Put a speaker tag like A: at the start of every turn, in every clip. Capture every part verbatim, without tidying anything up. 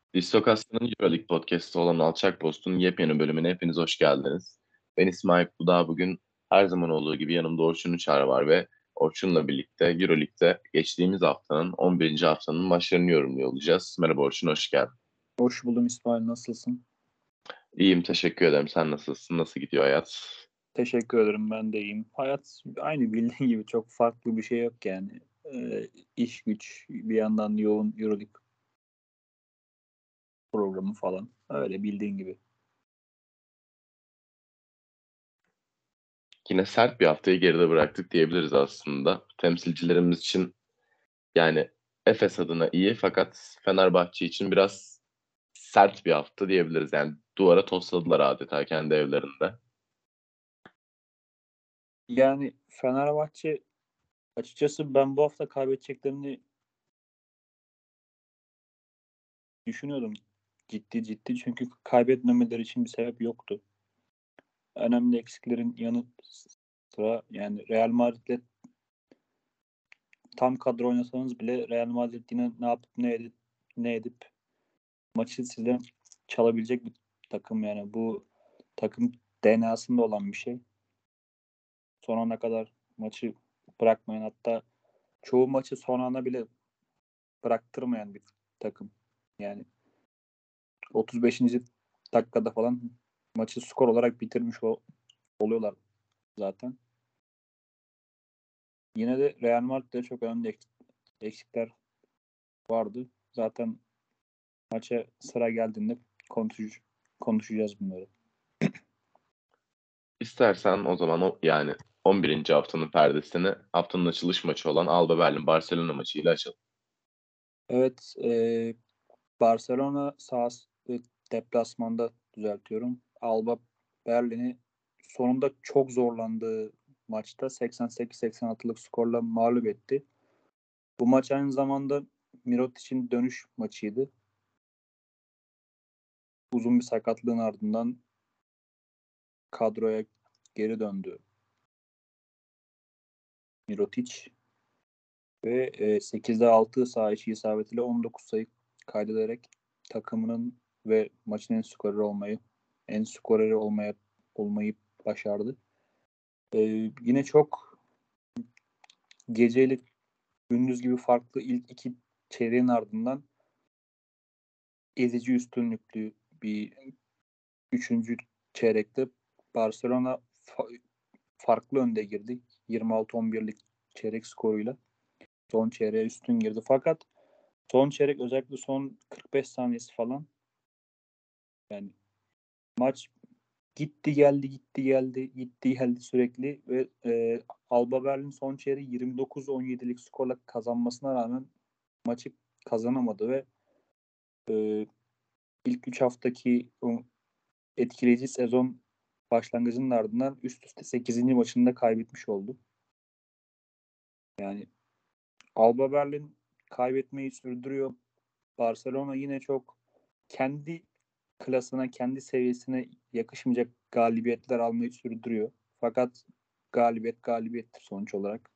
A: Distokas'ın Euroleague podcast'ı olan Alçak Post'un yepyeni bölümüne hepiniz hoş geldiniz. Ben İsmail Kuda, bugün her zaman olduğu gibi yanımda Orçun Uçar var ve Orçun'la birlikte Euroleague'de geçtiğimiz haftanın on birinci haftanın maçlarını yorumluyor olacağız. Merhaba Orçun, hoş geldin.
B: Hoş buldum İsmail, nasılsın?
A: İyiyim, teşekkür ederim. Sen nasılsın? Nasıl gidiyor hayat?
B: Teşekkür ederim, ben de iyiyim. Hayat aynı bildiğin gibi çok farklı bir şey yok yani. Ee, iş güç, bir yandan yoğun Euroleague programı falan. Öyle bildiğin gibi.
A: Yine sert bir haftayı geride bıraktık diyebiliriz aslında. Temsilcilerimiz için yani Efes adına iyi, fakat Fenerbahçe için biraz sert bir hafta diyebiliriz. Yani duvara tosladılar adeta kendi evlerinde.
B: Yani Fenerbahçe, açıkçası ben bu hafta kaybedeceklerini düşünüyordum. Ciddi ciddi, çünkü kaybetmemeleri için bir sebep yoktu. Önemli eksiklerin yanı sıra yani Real Madrid'le tam kadro oynasanız bile Real Madrid yine ne yapıp ne edip ne edip maçı sizden çalabilecek bir takım yani. Bu takım D N A'sında olan bir şey. Son ana kadar maçı bırakmayan, hatta çoğu maçı son ana bile bıraktırmayan bir takım. Yani otuz beşinci dakikada falan maçı skor olarak bitirmiş ol- oluyorlar zaten. Yine de Real Madrid'de çok önemli eksik- eksikler vardı. Zaten maça sıra geldiğinde konuş konuşacağız bunları.
A: İstersen o zaman o yani on birinci haftanın perdesini haftanın açılış maçı olan Alba Berlin Barcelona maçıyla açalım.
B: Evet, e, Barcelona sahası, deplasmanda düzeltiyorum. Alba Berlin'i sonunda çok zorlandığı maçta seksen sekiz seksen altılık skorla mağlup etti. Bu maç aynı zamanda Mirotic'in dönüş maçıydı. Uzun bir sakatlığın ardından kadroya geri döndü Mirotic ve e, sekizde altı saha içi isabetiyle on dokuz sayı kaydederek takımının ve maçın en skoreri olmayı en skoreri olmaya olmayı başardı. E, Yine çok geceyle gündüz gibi farklı ilk iki çeyreğin ardından ezici üstünlüklü bir üçüncü çeyrekte Barcelona fa- farklı önde girdi. yirmi altı on birlik çeyrek skoruyla son çeyreğe üstün girdi. Fakat son çeyrek, özellikle son kırk beş saniyesi falan, yani maç gitti geldi gitti geldi gitti geldi sürekli ve e, Alba Berlin son çeyreği yirmi dokuz on yedilik skorla kazanmasına rağmen maçı kazanamadı ve e, ilk üç haftaki o etkileyici sezon başlangıcının ardından üst üste sekizinci maçında kaybetmiş oldu. Yani Alba Berlin kaybetmeyi sürdürüyor. Barcelona yine çok kendi klasına, kendi seviyesine yakışmayacak galibiyetler almayı sürdürüyor. Fakat galibiyet galibiyettir sonuç olarak.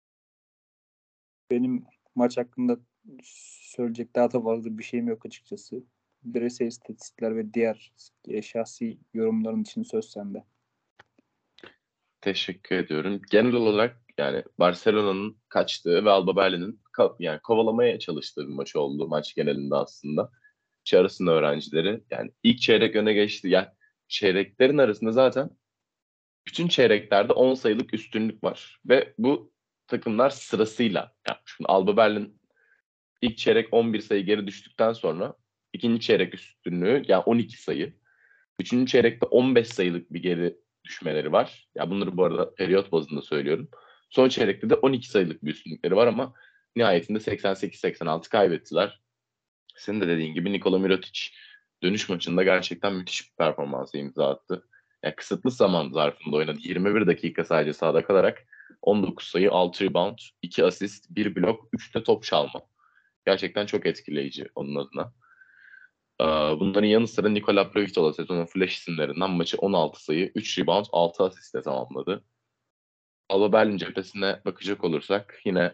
B: Benim maç hakkında söyleyecek daha da fazla bir şeyim yok açıkçası. Bireysel istatistikler ve diğer e, şahsi yorumların için söz sende.
A: Teşekkür ediyorum. Genel olarak yani Barcelona'nın kaçtığı ve Alba Berlin'in ka- yani kovalamaya çalıştığı bir maç oldu maç genelinde aslında. İçi arasında öğrencileri yani ilk çeyrek öne geçti. Yani çeyreklerin arasında zaten bütün çeyreklerde on sayılık üstünlük var. Ve bu takımlar sırasıyla yapmış. Şimdi Alba Berlin ilk çeyrek on bir sayı geri düştükten sonra ikinci çeyrek üstünlüğü yani on iki sayı. Üçüncü çeyrekte on beş sayılık bir geri düşmeleri var. Ya bunları bu arada periyot bazında söylüyorum. Son çeyrekte de on iki sayılık bir üstünlükleri var ama nihayetinde seksen sekiz seksen altı kaybettiler. Senin de dediğin gibi Nikola Mirotic dönüş maçında gerçekten müthiş bir performansı imza attı. Yani kısıtlı zaman zarfında oynadı. yirmi bir dakika sadece sahada kalarak on dokuz sayı, altı rebound, iki asist, bir blok, üç de top çalma. Gerçekten çok etkileyici onun adına. Ee, Bunların yanı sıra Nikola Plavitola sezonun flash isimlerinden maçı on altı sayı, üç rebound, altı asistle tamamladı. Alba Berlin cephesine bakacak olursak yine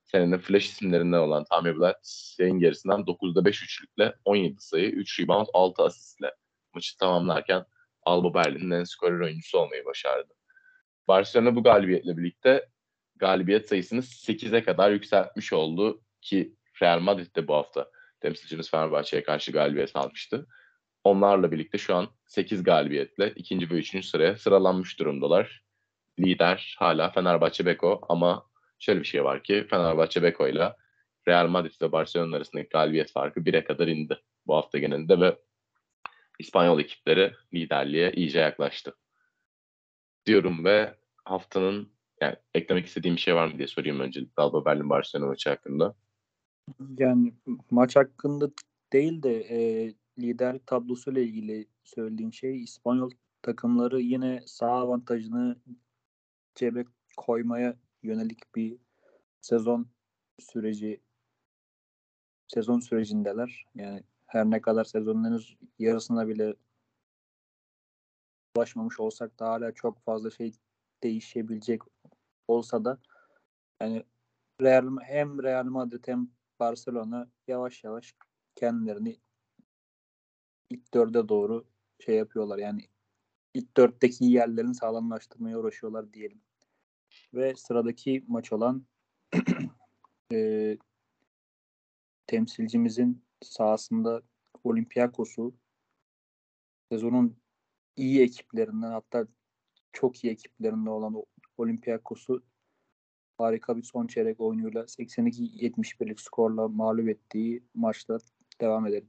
A: senenin flash isimlerinden olan Tammy Blatt yayın gerisinden dokuzda beş üçlükle on yedi sayı, üç rebound, altı asistle maçı tamamlarken Alba Berlin'in en skorer oyuncusu olmayı başardı. Barcelona bu galibiyetle birlikte galibiyet sayısını sekize kadar yükseltmiş oldu ki Real Madrid de bu hafta temsilcimiz Fenerbahçe'ye karşı galibiyet almıştı. Onlarla birlikte şu an sekiz galibiyetle ikinci ve üçüncü sıraya sıralanmış durumdalar. Lider hala Fenerbahçe Beko ama şöyle bir şey var ki Fenerbahçe Beko ile Real Madrid ve Barcelona arasındaki galibiyet farkı bire kadar indi bu hafta genelinde ve İspanyol ekipleri liderliğe iyice yaklaştı diyorum ve haftanın yani eklemek istediğim bir şey var mı diye sorayım öncelikle Alba Berlin Barcelona maçı hakkında.
B: Yani maç hakkında değil de e, liderlik tablosuyla ilgili söylediğin şey, İspanyol takımları yine sağ avantajını cebe koymaya yönelik bir sezon süreci sezon sürecindeler. Yani her ne kadar sezonun henüz yarısına bile ulaşmamış olsak da hala çok fazla şey değişebilecek olsa da yani Real, hem Real Madrid hem Barcelona yavaş yavaş kendilerini ilk dörde doğru şey yapıyorlar. Yani ilk dörtteki yerlerini sağlamlaştırmaya uğraşıyorlar diyelim. Ve sıradaki maç olan e, temsilcimizin sahasında Olympiakos'u, sezonun iyi ekiplerinden, hatta çok iyi ekiplerinden olan Olympiakos'u harika bir son çeyrek oyunuyla seksen iki yetmiş birlik skorla mağlup ettiği maçla devam edelim.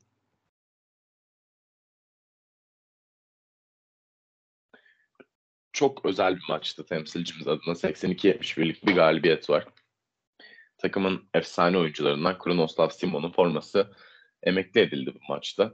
A: Çok özel bir maçtı temsilcimiz adına. seksen iki yetmiş birlik bir galibiyet var. Takımın efsane oyuncularından Krunoslav Simon'un forması emekli edildi bu maçta.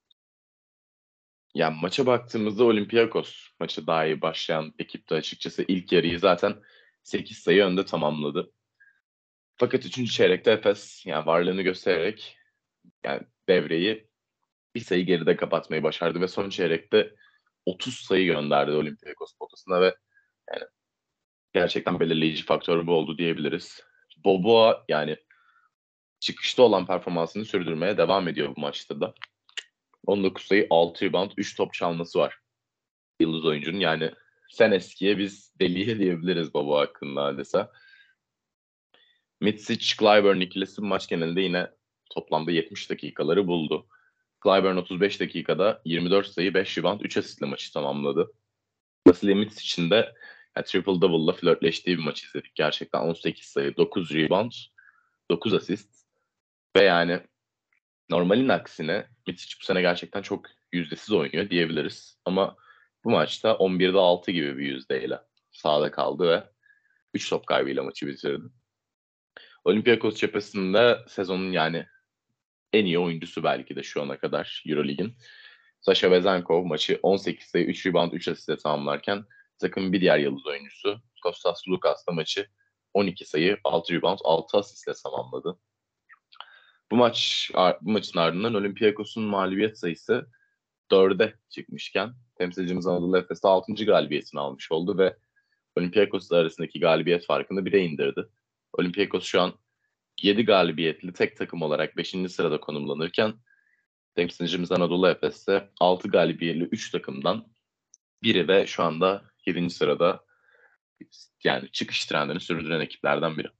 A: Yani maça baktığımızda Olympiakos maçı daha iyi başlayan ekipte açıkçası ilk yarıyı zaten sekiz sayı önde tamamladı. Fakat üçüncü çeyrekte Efes yani varlığını göstererek yani devreyi bir sayı geride kapatmayı başardı ve son çeyrekte otuz sayı gönderdi Olympiakos potasına ve yani gerçekten belirleyici faktör bu oldu diyebiliriz. Boboa yani çıkışta olan performansını sürdürmeye devam ediyor bu maçta da. on dokuz sayı, altı rebound, üç top çalması var yıldız oyuncunun. Yani sen eskiye biz deliye diyebiliriz Boboa hakkında adeta. Mitsic, Clyburn ikilisi maç genelinde yine toplamda yetmiş dakikaları buldu. Clyburn otuz beş dakikada yirmi dört sayı, beş rebound, üç asistle maçı tamamladı. Vasilya Mitsic'in de yani triple double'la flörtleştiği bir maç izledik. Gerçekten on sekiz sayı, dokuz rebound, dokuz asist ve yani normalin aksine Mitsic bu sene gerçekten çok yüzdesiz oynuyor diyebiliriz. Ama bu maçta on birde altı gibi bir yüzdeyle sahada kaldı ve üç top kaybıyla maçı bitirdi. Olympiakos cephesinde sezonun yani en iyi oyuncusu belki de şu ana kadar Euroleague'in. Sasha Vezenkov maçı on sekiz sayı, üç rebound, üç asistle tamamlarken takımın bir diğer yıldız oyuncusu Kostas Lukas da maçı on iki sayı, altı rebound, altı asistle tamamladı. Bu maç bu maçın ardından Olympiakos'un mağlubiyet sayısı dörde çıkmışken temsilcimiz Anadolu Efes'te altıncı galibiyetini almış oldu ve Olympiakos'la arasındaki galibiyet farkını bire indirdi. Olympiakos şu an yedi galibiyetli tek takım olarak beşinci sırada konumlanırken temsilcimiz Anadolu Efes'te altı galibiyetli üç takımdan biri ve şu anda yedinci sırada yani çıkış trendini sürdüren ekiplerden biri.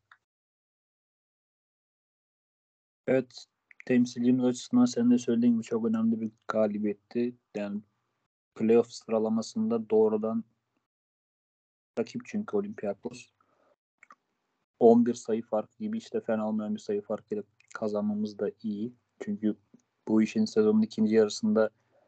B: Evet, temsilcimiz açısından senin de söylediğin gibi çok önemli bir galibiyetti. Yani playoff sıralamasında doğrudan rakip çünkü Olympiakos. on bir sayı farkı gibi işte fena olmayan bir sayı farkıyla kazanmamız da iyi. Çünkü bu işin sezonun ikinci yarısında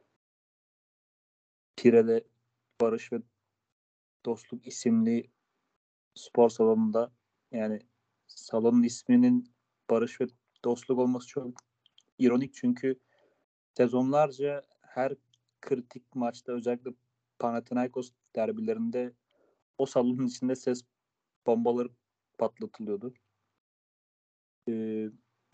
B: Pire'de Barış ve Dostluk isimli spor salonunda, yani salonun isminin Barış ve Dostluk olması çok ironik çünkü sezonlarca her kritik maçta, özellikle Panathinaikos derbilerinde o salonun içinde ses bombaları patlatılıyordu. Ee,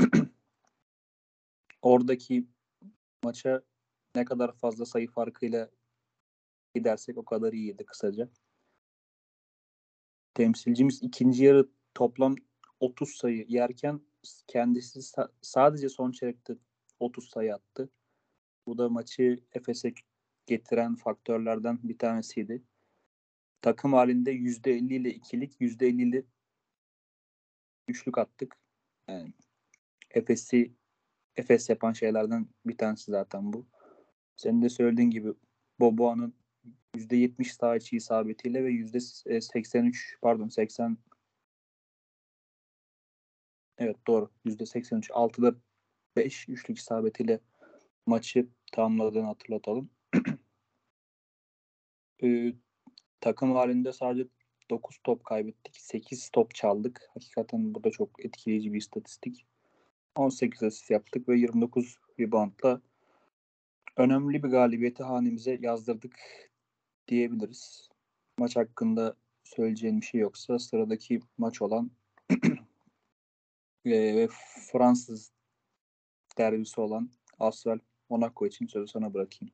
B: oradaki maça ne kadar fazla sayı farkıyla gidersek o kadar iyiydi kısaca. Temsilcimiz ikinci yarı toplam otuz sayı yerken kendisi sa- sadece son çeyrekte otuz sayı attı. Bu da maçı Efes'e getiren faktörlerden bir tanesiydi. Takım halinde yüzde elli ile ikilik, yüzde elli ile üçlük attık. Yani Efes'i Efes yapan şeylerden bir tanesi zaten bu. Senin de söylediğin gibi Boboa'nın yüzde yetmiş saha içi isabetiyle ve yüzde seksen üç pardon seksen evet doğru yüzde seksen üç altıda beş üçlük isabetiyle maçı tamamladığını hatırlatalım. Ee, takım halinde sadece dokuz top kaybettik. sekiz top çaldık. Hakikaten bu da çok etkileyici bir istatistik. on sekiz asist yaptık ve yirmi dokuz reboundla önemli bir galibiyeti hanemize yazdırdık diyebiliriz. Maç hakkında söyleyeceğim bir şey yoksa sıradaki maç olan ve Fransız derbisi olan Asvel Monaco için sözü sana bırakayım.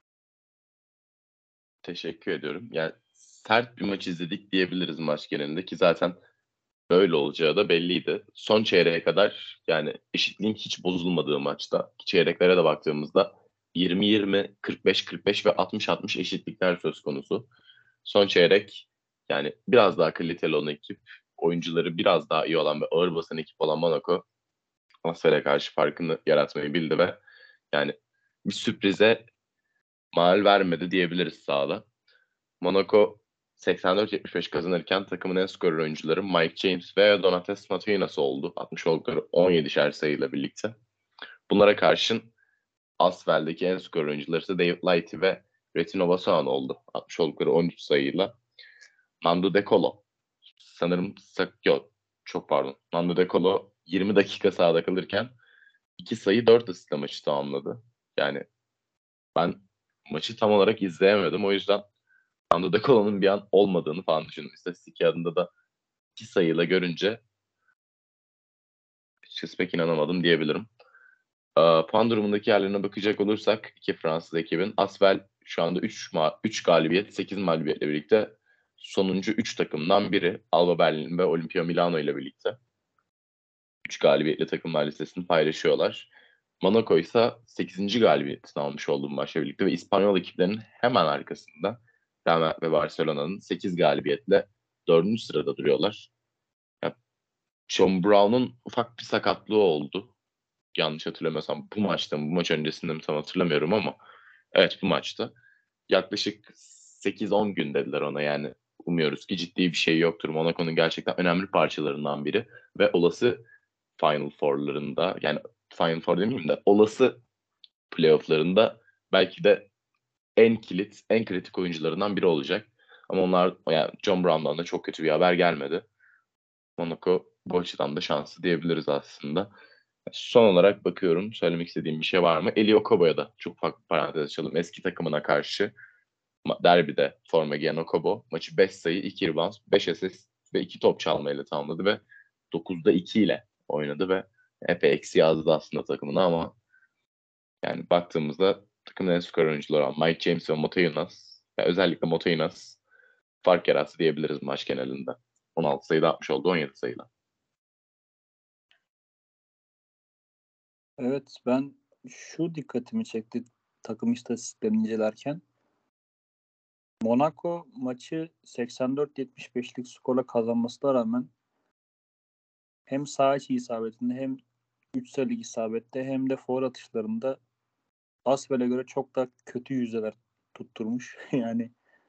A: Teşekkür ediyorum. Yani sert bir maç izledik diyebiliriz maç genelinde ki zaten böyle olacağı da belliydi. Son çeyreğe kadar yani eşitliğin hiç bozulmadığı maçta çeyreklere de baktığımızda yirmi yirmi, kırk beş kırk beş ve altmış altmış eşitlikler söz konusu. Son çeyrek yani biraz daha kaliteli olan ekip, oyuncuları biraz daha iyi olan ve ağır basan ekip olan Monaco Asfel'e karşı farkını yaratmayı bildi ve yani bir sürprize mal vermedi diyebiliriz sahada. Monaco seksen dört yetmiş beş kazanırken takımın en skorer oyuncuları Mike James ve Donatas Matuinas oldu. atmış oldukları on yedişer sayıyla birlikte. Bunlara karşın Asvel'deki en skorer oyuncuları ise David Lighty ve Retino Vasan oldu. atmış oldukları on üç sayıyla. Nando De Colo sanırım yok çok pardon. Nando De Colo yirmi dakika sahada kalırken iki sayı dört asistle maçı tamamladı. Yani ben maçı tam olarak izleyemedim. O yüzden Nando De Colo'nun bir an olmadığını falan düşündüm. İstatistik adında da iki sayıyla görünce açıkçası pek inanamadım diyebilirim. Ee, puan durumundaki yerlerine bakacak olursak iki Fransız ekibin Asvel şu anda üç, ma- üç galibiyet, sekiz mağlubiyetle birlikte sonuncu üç takımdan biri. Alba Berlin ve Olimpia Milano ile birlikte üç galibiyetli takımlar listesini paylaşıyorlar. Monaco ise sekizinci galibiyetini almış olduğu maçla birlikte ve İspanyol ekiplerinin hemen arkasında Real Madrid ve Barcelona'nın sekiz galibiyetle dördüncü sırada duruyorlar. Yani John Brown'un ufak bir sakatlığı oldu. Yanlış hatırlamıyorsam bu maçta mı, bu maç öncesinde mi tam hatırlamıyorum ama evet bu maçta. Yaklaşık sekiz on gün dediler ona yani. Umuyoruz ki ciddi bir şey yoktur. Monaco'nun gerçekten önemli parçalarından biri ve olası Final Four'larında yani Final Four demeyeyim de olası playoff'larında belki de en kilit, en kritik oyuncularından biri olacak. Ama onlar yani John Brown'dan da çok kötü bir haber gelmedi. Monaco bu açıdan da şanslı diyebiliriz aslında. Son olarak bakıyorum söylemek istediğim bir şey var mı? Eli Okobo'ya da çok farklı parantez açalım. Eski takımına karşı derbide forma giyen Okobo maçı beş sayı, iki rebound, beş asist ve iki top çalmayla tamamladı ve dokuzda iki ile oynadı ve epey eksi yazdı aslında takımına ama yani baktığımızda takımın en skor oyuncuları olan Mike James ve Motiejunas ve özellikle Motiejunas fark yarattı diyebiliriz maç genelinde. on altı sayıda atmış oldu on yedi sayıda.
B: Evet ben şu dikkatimi çekti takım istatistiklerini incelerken. Monaco maçı seksen dört yetmiş beşlik skorla kazanmasına rağmen hem saha içi isabetinde hem üç sayılık isabette hem de foul atışlarında Asvel'e göre çok da kötü yüzdeler tutturmuş. yani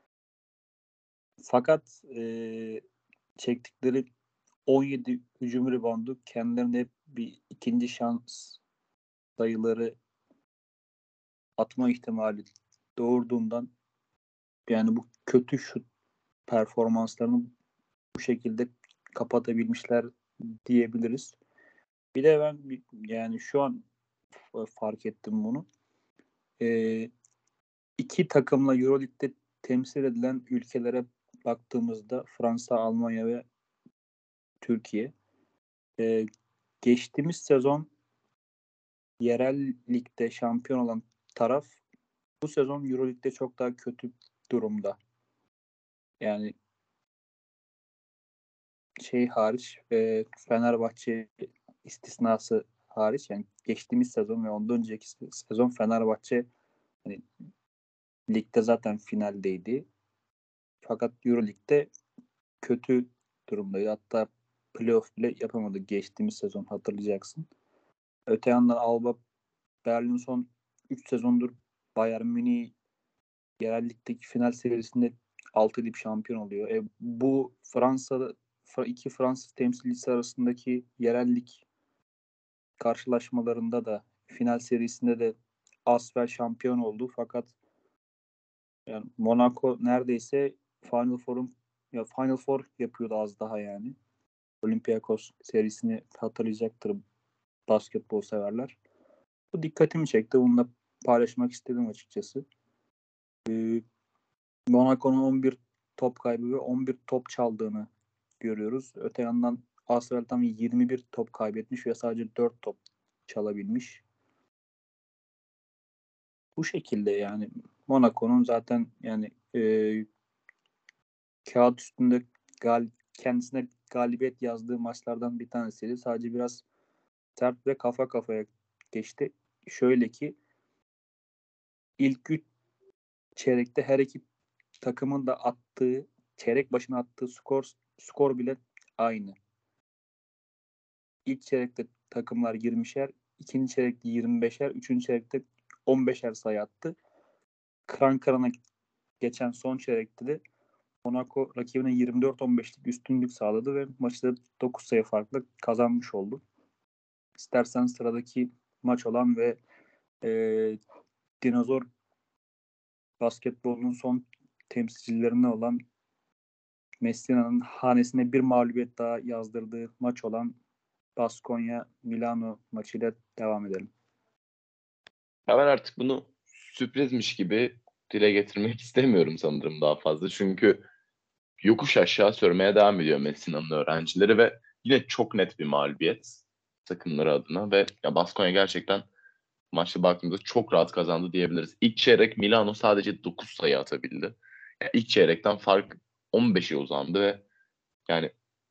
B: fakat e, çektikleri on yedi hücum reboundu kendilerine hep bir ikinci şans sayıları atma ihtimali doğurduğundan yani bu kötü şut performanslarını bu şekilde kapatabilmişler diyebiliriz. Bir de ben yani şu an fark ettim bunu. Ee, iki takımla Euroleague'de temsil edilen ülkelere baktığımızda Fransa, Almanya ve Türkiye. Ee, geçtiğimiz sezon yerel ligde şampiyon olan taraf bu sezon Euroleague'de çok daha kötü durumda. Yani şey hariç e, Fenerbahçe istisnası hariç yani geçtiğimiz sezon ve ondan önceki sezon Fenerbahçe hani ligde zaten finaldeydi. Fakat Euroleague'de kötü durumdaydı. Hatta playoff bile yapamadı geçtiğimiz sezon hatırlayacaksın. Öte yandan Alba Berlin son üç sezondur Bayern Münih yerel ligdeki final serisinde altı edip şampiyon oluyor. E, bu Fransa'da iki Fransız temsilcisi arasındaki yerellik karşılaşmalarında da final serisinde de Asvel şampiyon oldu. Fakat yani Monaco neredeyse Final Four'un ya Final Four yapıyordu az daha yani. Olympiakos serisini hatırlayacaktır basketbol severler. Bu dikkatimi çekti. Bunu da paylaşmak istedim açıkçası. Ee, Monaco'nun on bir top kaybı ve on bir top çaldığını görüyoruz. Öte yandan Asvel tam yirmi bir top kaybetmiş ve sadece dört top çalabilmiş. Bu şekilde yani Monaco'nun zaten yani e, kağıt üstünde gal kendisine galibiyet yazdığı maçlardan bir tanesiydi. Sadece biraz sert ve kafa kafaya geçti. Şöyle ki ilk üç çeyrekte her iki takımın da attığı çeyrek başına attığı skor skor bile aynı. İlk çeyrekte takımlar yirmişer, ikinci çeyrekte yirmi beşer, üçüncü çeyrekte on beşer sayı attı. Kıran kırana geçen son çeyrekte de Monaco rakibine yirmi dört on beşlik üstünlük sağladı ve maçı da dokuz sayı farklı kazanmış oldu. İstersen sıradaki maç olan ve e, dinozor basketbolunun son temsilcilerinden olan Messina'nın hanesine bir mağlubiyet daha yazdırdığı maç olan Baskonya Milano maçıyla devam edelim.
A: Ya ben artık bunu sürprizmiş gibi dile getirmek istemiyorum sanırım daha fazla. Çünkü yokuş aşağı sürmeye devam ediyor Messina'nın öğrencileri ve yine çok net bir mağlubiyet takımları adına ve ya Baskonya gerçekten maçta baktığımızda çok rahat kazandı diyebiliriz. İlk çeyrek Milano sadece dokuz sayı atabildi. Yani ilk çeyrekten fark on beşe uzandı ve yani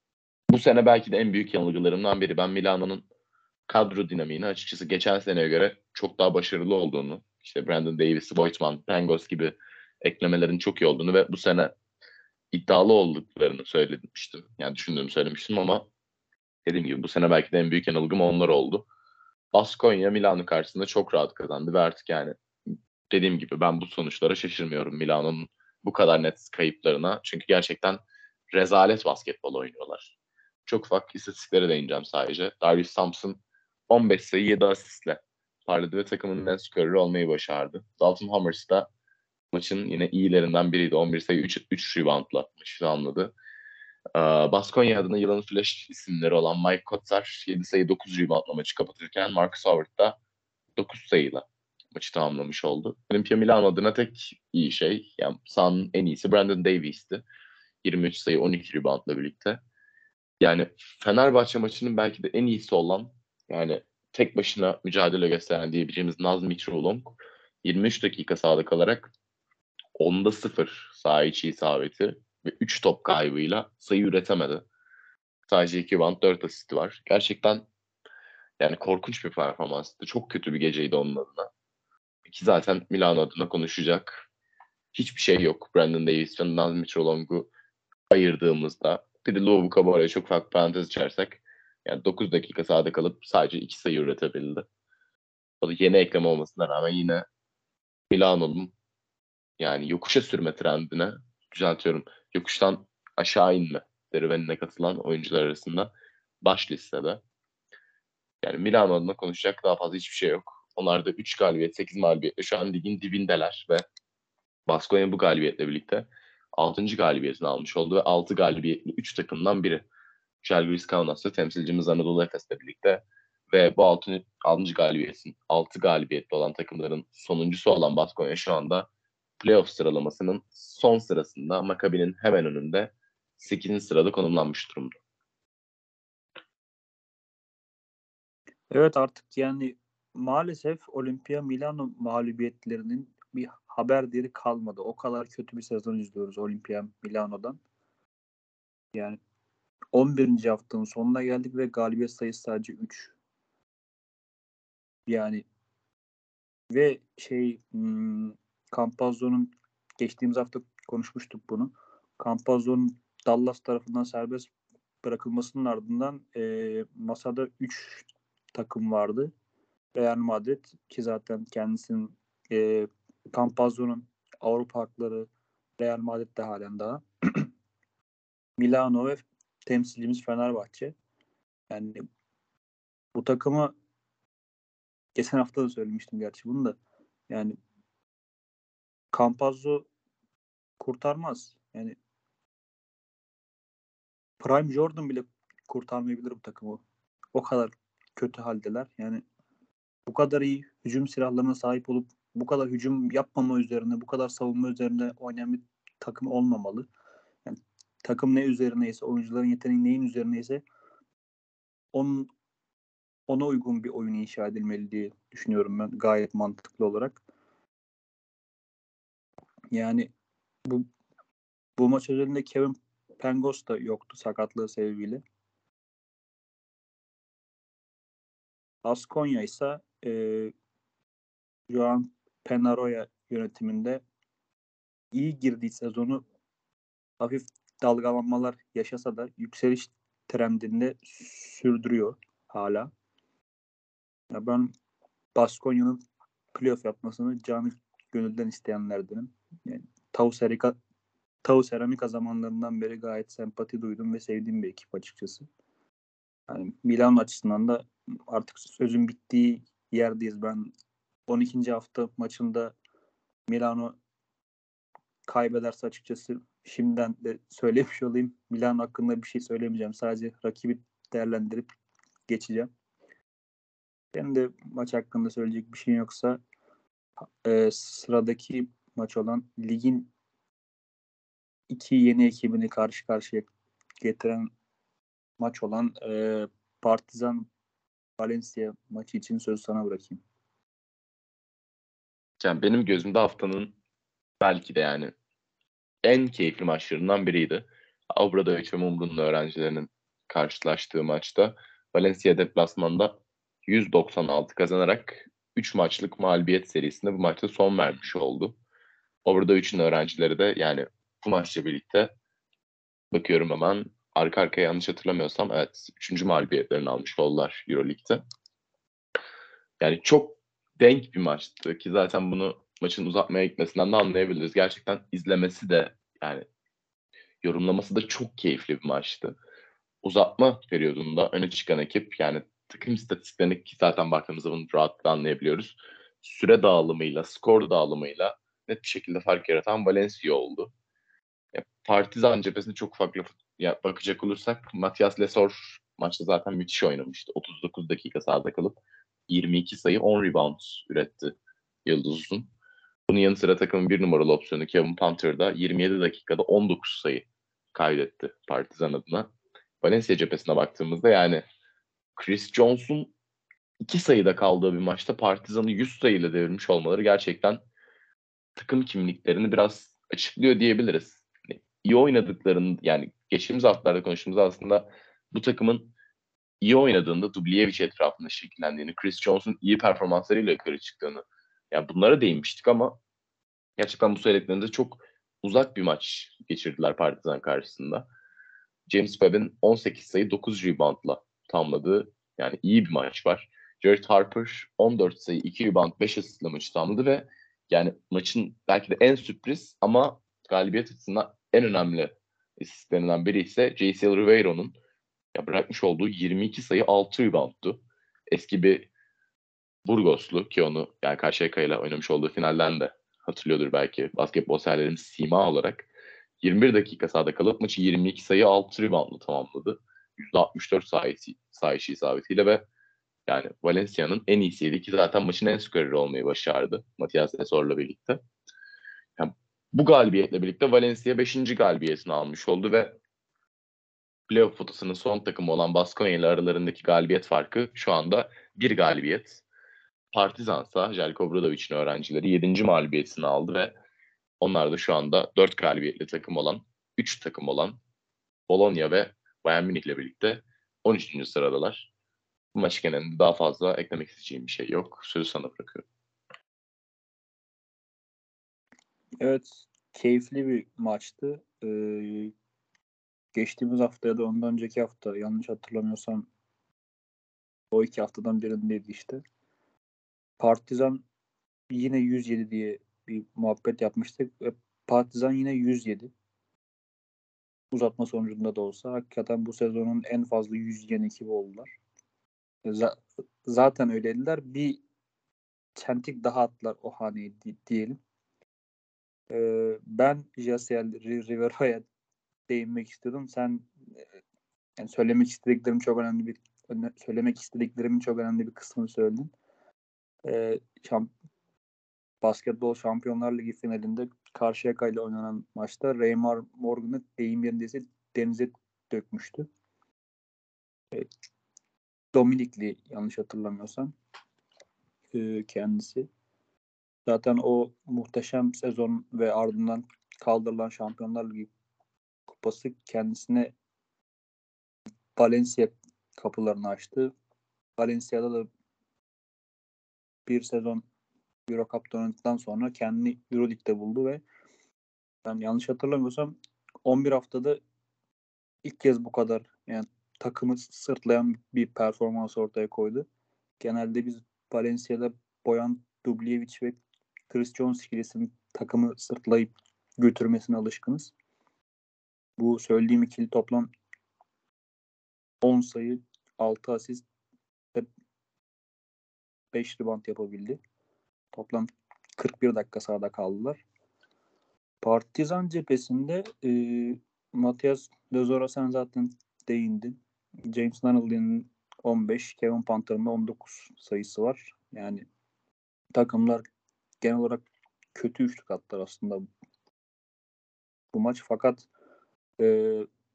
A: bu sene belki de en büyük yanılgılarımdan biri. Ben Milano'nun kadro dinamiğini açıkçası geçen seneye göre çok daha başarılı olduğunu, işte Brandon Davis, Voigtman, Pangos gibi eklemelerin çok iyi olduğunu ve bu sene iddialı olduklarını söylemiştim. Yani düşündüğümü söylemiştim ama dediğim gibi bu sene belki de en büyük yanılgım onlar oldu. Baskonya Milano karşısında çok rahat kazandı ve artık yani dediğim gibi ben bu sonuçlara şaşırmıyorum Milano'nun bu kadar net kayıplarına. Çünkü gerçekten rezalet basketbol oynuyorlar. Çok ufak istatistiklere değineceğim sadece. Darius Thompson on beş sayı yedi asistle parladı ve takımın en skoreri olmayı başardı. Dalton Hammers da maçın yine iyilerinden biriydi. on bir sayı üç, üç reboundla maçı anladı. Ee, Baskonya adına yılın flash isimleri olan Mike Kotsar yedi sayı dokuz reboundla maçı kapatırken Marcus Howard da dokuz sayıyla maçı tamamlamış oldu. Olimpia Milano adına tek iyi şey, yani sahanın en iyisi Brandon Davies'ti. yirmi üç sayı on iki reboundla birlikte. Yani Fenerbahçe maçının belki de en iyisi olan, yani tek başına mücadele gösteren diyebileceğimiz Naz Mitroglou yirmi üç dakika sahada kalarak onda sıfır saha içi isabeti ve üç top kaybıyla sayı üretemedi. Sadece iki rebound dört asisti var. Gerçekten yani korkunç bir performanstı. Çok kötü bir geceydi onun adına. Ki zaten Milano adına konuşacak hiçbir şey yok. Brandon Davis ve Naz Mitroglou ayırdığımızda, bir de Lou Cabara'ya çok farklı parantez içersek, yani dokuz dakika sahada kalıp sadece iki sayı üretebildi. O da yeni ekleme olmasına rağmen yine Milano'nun yani yokuşa sürme trendine, düzeltiyorum, yokuştan aşağı inme serüvenine katılan oyuncular arasında baş listede. Yani Milano adına konuşacak daha fazla hiçbir şey yok. Onlar da üç galibiyet, sekiz mağlubiyetle şu an ligin dibindeler ve Baskonya bu galibiyetle birlikte altıncı galibiyetini almış oldu ve altı galibiyetli üç takımdan biri. Žalgiris Kaunas'ta temsilcimiz Anadolu Efes'le birlikte ve bu altıncı galibiyetin altı galibiyetli olan takımların sonuncusu olan Baskonya şu anda playoff sıralamasının son sırasında, Maccabi'nin hemen önünde sekizinci sırada konumlanmış durumda.
B: Evet artık yani maalesef Olimpia Milano mağlubiyetlerinin bir haber değeri kalmadı. O kadar kötü bir sezon izliyoruz Olimpia Milano'dan. Yani on birinci haftanın sonuna geldik ve galibiyet sayısı sadece üç. Yani ve şey hmm, Campazzo'nun geçtiğimiz hafta konuşmuştuk bunu. Campazzo'nun Dallas tarafından serbest bırakılmasının ardından e, masada üç takım vardı. Real Madrid ki zaten kendisinin e, Campazzo'nun Avrupa hakları Real Madrid'de halen daha. Milano ve temsilcimiz Fenerbahçe. Yani bu takımı geçen hafta da söylemiştim gerçi bunu da. Yani Campazzo kurtarmaz. Yani Prime Jordan bile kurtarmayabilir bu takımı. O kadar kötü haldeler. Yani bu kadar iyi hücum silahlarına sahip olup bu kadar hücum yapmama üzerine, bu kadar savunma üzerine oynayan bir takım olmamalı. Yani takım ne üzerineyse, oyuncuların yeteneği neyin üzerineyse onun, ona uygun bir oyun inşa edilmeli diye düşünüyorum ben gayet mantıklı olarak. Yani bu bu maç özelinde Kevin Pangos da yoktu sakatlığı sebebiyle. Baskonya ise e, Joan Penaroya yönetiminde iyi girdiği sezonu hafif dalgalanmalar yaşasa da yükseliş trendinde sürdürüyor hala. Ya ben Baskonya'nın playoff yapmasını canı gönülden isteyenlerdenim. Yani Tau Serika Tau Seramika zamanlarından beri gayet sempati duydum ve sevdiğim bir ekip açıkçası. Yani Milan açısından da artık sözün bittiği yerdeyiz. Ben on ikinci hafta maçında Milano kaybederse açıkçası şimdiden de söylemiş olayım. Milan hakkında bir şey söylemeyeceğim. Sadece rakibi değerlendirip geçeceğim. Benim de maç hakkında söyleyecek bir şey yoksa e, sıradaki maç olan ligin iki yeni ekibini karşı karşıya getiren maç olan e, Partizan Valencia maçı için sözü sana bırakayım.
A: Yani benim gözümde haftanın belki de yani en keyifli maçlarından biriydi. Obradoviç ve Mumru'nun öğrencilerinin karşılaştığı maçta Valencia deplasmanda yüz doksan altı kazanarak üç maçlık mağlubiyet serisine bu maçta son vermiş oldu. Obradoviç'in öğrencileri de yani bu maçla birlikte bakıyorum hemen arka arkaya yanlış hatırlamıyorsam evet üçüncü mağlubiyetlerini almış oldular Euroleague'de. Yani çok denk bir maçtı ki zaten bunu maçın uzatmaya gitmesinden de anlayabiliriz. Gerçekten izlemesi de yani yorumlaması da çok keyifli bir maçtı. Uzatma periyodunda öne çıkan ekip yani takım istatistiklerini ki zaten baktığımızda bunu rahatlıkla anlayabiliyoruz. Süre dağılımıyla, skor dağılımıyla net bir şekilde fark yaratan Valencia oldu. Ya, Partizan cephesinde çok farklı ya, bakacak olursak Matias Lesor maçta zaten müthiş oynamıştı. otuz dokuz dakika sahada kalıp yirmi iki sayı on rebound üretti Yıldız Uzun. Bunun yanı sıra takımın bir numaralı opsiyonu Kevin Panther da yirmi yedi dakikada on dokuz sayı kaydetti Partizan adına. Valencia cephesine baktığımızda yani Chris Jones'un iki sayıda kaldığı bir maçta Partizan'ı yüz sayıyla devirmiş olmaları gerçekten takım kimliklerini biraz açıklıyor diyebiliriz. Yani iyi oynadıklarını yani geçtiğimiz haftalarda konuştuğumuz aslında bu takımın iyi oynadığında Dubljevic etrafında şekillendiğini, Chris Jones'un iyi performanslarıyla yukarı çıktığını yani bunlara değinmiştik ama gerçekten bu söylediklerinde çok uzak bir maç geçirdiler Partizan karşısında. James Webb'in on sekiz sayı dokuz reboundla tamamladığı yani iyi bir maç var. Jared Harper on dört sayı iki rebound beş asistle maçı tamamladı ve yani maçın belki de en sürpriz ama galibiyet açısından en önemli asistlerinden biri ise J C L Riveiro'nun ya bırakmış olduğu yirmi iki sayı altı reboundtu. Eski bir Burgoslu ki onu yani Karşıyaka'yla oynamış olduğu finalden de hatırlıyordur belki basketbol severlerin sima olarak. yirmi bir dakika sahada kalıp maçı yirmi iki sayı altı reboundla tamamladı. yüzde altmış dört sayı içi isabetiyle ve yani Valencia'nın en iyisiydi ki zaten maçın en skoreri olmayı başardı Matias Lesor'la birlikte. Yani bu galibiyetle birlikte Valencia beşinci galibiyetini almış oldu ve playoff potasının son takımı olan Baskonya ile aralarındaki galibiyet farkı şu anda bir galibiyet. Partizansa Željko Obradovic'in öğrencileri yedinci mağlubiyetini aldı ve onlar da şu anda dört galibiyetli takım olan, üç takım olan Bologna ve Bayern Münih'le birlikte on üçüncü sıradalar. Bu maç genelinde daha fazla eklemek isteyeceğim bir şey yok. Sözü sana bırakıyorum.
B: Evet, keyifli bir maçtı. Ee, geçtiğimiz hafta ya da ondan önceki hafta yanlış hatırlamıyorsam o iki haftadan birindeydi işte. Partizan yine yüz yedi diye bir muhabbet yapmıştık ve Partizan yine yüz yedi. Uzatma sonucunda da olsa hakikaten bu sezonun en fazla yüz yiyen ekibi oldular. Z- zaten öyleydiler. Bir çentik daha attılar o haneyi di- diyelim. Ee, ben Jasiel Rivera'ya değinmek istiyordum. Sen e, yani söylemek istediklerim çok önemli bir söylemek istediklerimin çok önemli bir kısmını söyledin. Ee, şamp Basketbol Şampiyonlar Ligi finalinde Karşıyaka ile oynanan maçta Raymar Morgan'ı deyim yerindeyse denize dökmüştü. Ee, Dominikli yanlış hatırlamıyorsam ee, kendisi. Zaten o muhteşem sezon ve ardından kaldırılan Şampiyonlar Ligi kupası kendisine Valencia kapılarını açtı. Valencia'da da bir sezon Euro Cup'ta oynadıktan sonra kendini Euroleague'de buldu ve ben yanlış hatırlamıyorsam on bir haftada ilk kez bu kadar yani takımı sırtlayan bir performans ortaya koydu. Genelde biz Valencia'da Bojan Dubljevic ve Chris Jones ikilisinin takımı sırtlayıp götürmesine alışkınız. Bu söylediğim ikili toplam on sayı, altı asist ve beş rebound yapabildi. Toplam kırk bir dakika sahada kaldılar. Partizan cephesinde e, Matias Lezora sen zaten değindin. James Nunnally'nin on beş, Kevin Panther'ın on dokuz sayısı var. Yani takımlar genel olarak kötü üçlük attılar aslında bu maç. Fakat e,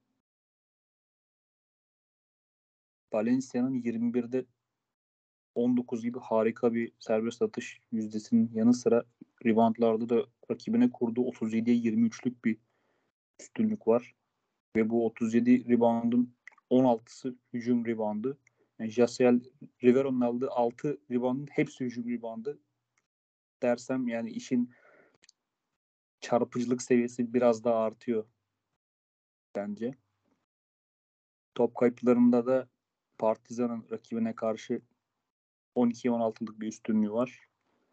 B: Valencia'nın yirmi birde on dokuz gibi harika bir serbest atış yüzdesinin yanı sıra reboundlarda da rakibine kurduğu otuz yediye yirmi üçlük bir üstünlük var. Ve bu otuz yedi reboundun on altısı hücum reboundu. Yani Jasiel Rivero'nun aldığı altı reboundun hepsi hücum reboundu dersem yani işin çarpıcılık seviyesi biraz daha artıyor bence. Top kayıplarında da Partizan'ın rakibine karşı on iki on altılık bir üstünlüğü var.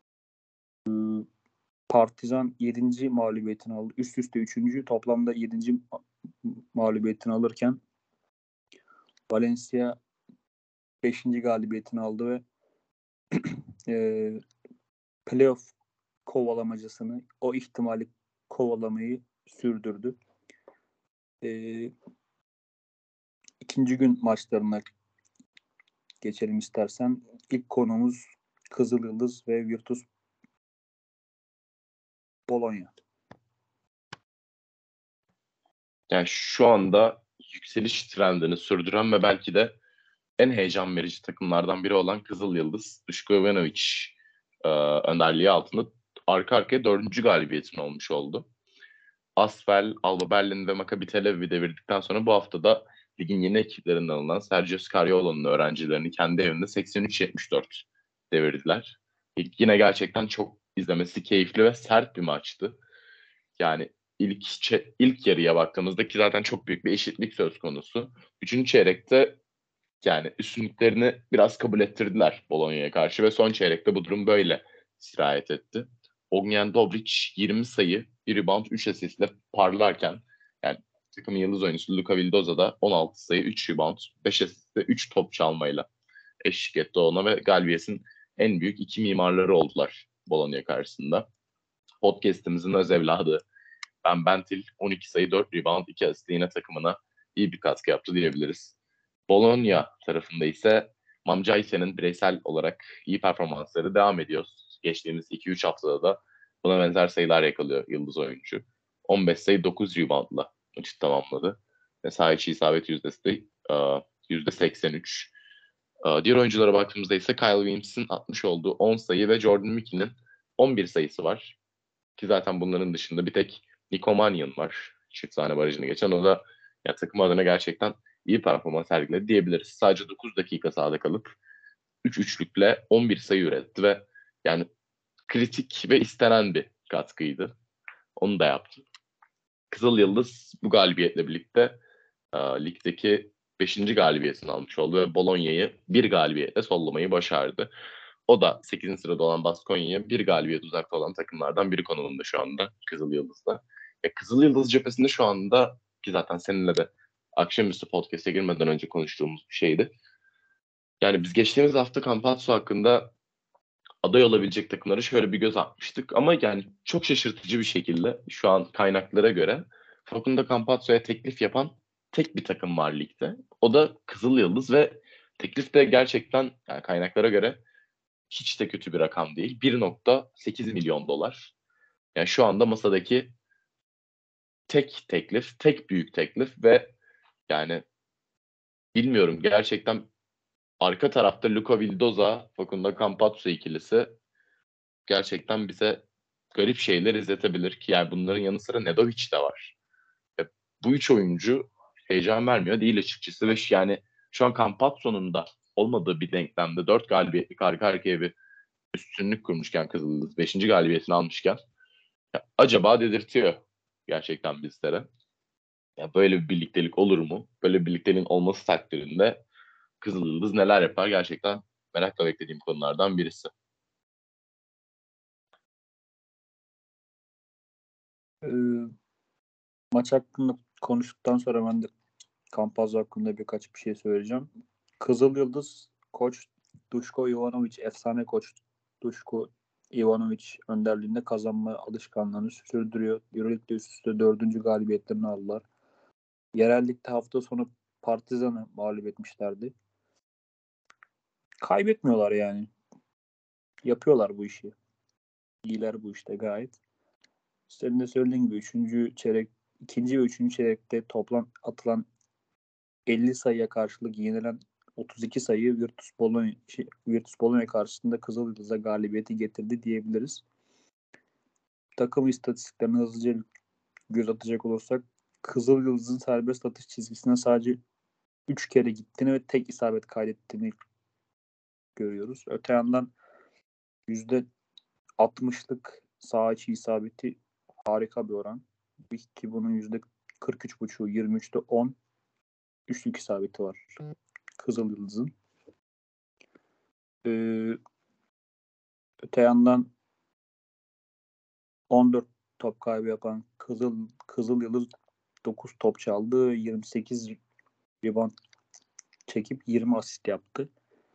B: Partizan yedinci mağlubiyetini aldı. Üst üste üçüncü toplamda yedinci mağlubiyetini alırken Valencia beşinci galibiyetini aldı ve e, playoff kovalamacasını, o ihtimali kovalamayı sürdürdü. E, ikinci gün maçlarına geçelim istersen. İlk konumuz Kızıl Yıldız ve Virtus Bologna.
A: Yani şu anda yükseliş trendini sürdüren ve belki de en heyecan verici takımlardan biri olan Kızıl Yıldız, Duško Ivanović e, önderliği altında arka arkaya dördüncü galibiyetin olmuş oldu. Asvel, Alba Berlin ve Maccabi Tel Aviv'i devirdikten sonra bu hafta da ligin yeni ekiplerinden olan Sergio Scariolo'nun öğrencilerini kendi evinde seksen üç yetmiş dört devirdiler. İlk yine gerçekten çok izlemesi keyifli ve sert bir maçtı. Yani ilk ilk yarıya baktığımızda ki zaten çok büyük bir eşitlik söz konusu. Üçüncü çeyrekte yani üstünlüklerini biraz kabul ettirdiler Bologna'ya karşı ve son çeyrekte bu durum böyle sirayet etti. Ognjen Dobric yirmi sayı, bir rebound, üç asistle parlarken yani takımın yıldız oyuncusu Luka Vildoza da on altı sayı, üç rebound, beş asistle üç top çalmayla eşlik etti ona ve galibiyetin en büyük iki mimarları oldular Bologna karşısında. Podcast'imizin öz evladı Ben Bentil on iki sayı, dört rebound, iki asistle yine takımına iyi bir katkı yaptı diyebiliriz. Bologna tarafında ise Mamcaysa'nın bireysel olarak iyi performansları devam ediyor. Geçtiğimiz iki üç haftada da buna benzer sayılar yakalıyor yıldız oyuncu. on beş sayı, dokuz reboundla maçı tamamladı. Ve saha içi isabet yüzdesi de yüzde seksen üç. Diğer oyunculara baktığımızda ise Kyle Williams'ın atmış olduğu on sayı ve Jordan Mickey'nin on bir sayısı var. Ki zaten bunların dışında bir tek Nico Mannion var. Çift tane barajını geçen. O da ya, takım adına gerçekten iyi performans sergiledi diyebiliriz. Sadece dokuz dakika sahada kalıp üç üçlükle on bir sayı üretti ve yani kritik ve istenen bir katkıydı. Onu da yaptı. Kızıl Yıldız bu galibiyetle birlikte e, ligdeki beşinci galibiyetini almış oldu ve Bologna'yı bir galibiyetle sollamayı başardı. O da sekizinci sırada olan Baskonya'ya bir galibiyet uzakta olan takımlardan biri konumunda şu anda Kızıl Yıldız'da. E, Kızıl Yıldız cephesinde şu anda, ki zaten seninle de akşamüstü podcast'e girmeden önce konuştuğumuz bir şeydi. Yani biz geçtiğimiz hafta Campazzo hakkında aday olabilecek takımları şöyle bir göz atmıştık. Ama yani çok şaşırtıcı bir şekilde şu an kaynaklara göre Facundo Campazzo'ya teklif yapan tek bir takım var ligde. O da Kızıl Yıldız ve teklif de gerçekten yani kaynaklara göre hiç de kötü bir rakam değil. bir nokta sekiz milyon dolar. Yani şu anda masadaki tek teklif, tek büyük teklif ve yani bilmiyorum, gerçekten arka tarafta Luca Vildoza, Facundo Campazzo ikilisi gerçekten bize garip şeyler izletebilir ki yani bunların yanı sıra Nedovic de var. E, bu üç oyuncu heyecan vermiyor değil açıkçası ve yani şu an Campazzo'nun da olmadığı bir denklemde dört galibiyetlik arka arkaya bir üstünlük kurmuşken Kızıldız beşinci galibiyetini almışken ya, acaba dedirtiyor gerçekten bizlere. Ya böyle bir birliktelik olur mu? Böyle bir birlikteliğin olması takdirinde Kızıldız neler yapar gerçekten merakla beklediğim konulardan birisi.
B: Ee, Maç hakkında konuştuktan sonra ben de Campazzo hakkında birkaç bir şey söyleyeceğim. Kızıl Yıldız koç Duško Ivanović, efsane koç Duško Ivanović önderliğinde kazanma alışkanlığını sürdürüyor. Euroleague'de üst üste dördüncü galibiyetlerini aldılar. Yerel ligde hafta sonu Partizan'ı mağlup etmişlerdi. Kaybetmiyorlar yani. Yapıyorlar bu işi. İyiler bu işte gayet. Senin de söylediğin gibi üçüncü çeyrek, ikinci ve üçüncü çeyrekte toplam atılan elli sayıya karşılık yenilen otuz iki sayı Virtus Bologna, şey, Virtus Bologna karşısında Kızılyıldız'a galibiyeti getirdi diyebiliriz. Takım istatistiklerine hızlıca göz atacak olursak Kızılyıldız'ın serbest atış çizgisine sadece üç kere gittiğini ve tek isabet kaydettiğini görüyoruz. Öte yandan yüzde altmışlık saha içi isabeti harika bir oran. Ki bunun yüzde kırk üç buçuğu yirmi üçte on üçlük isabeti var Kızılyıldız'ın. Ee, öte yandan on dört top kaybı yapan Kızıl Kızılyıldız dokuz top çaldı. yirmi sekiz rebound çekip yirmi asist yaptı.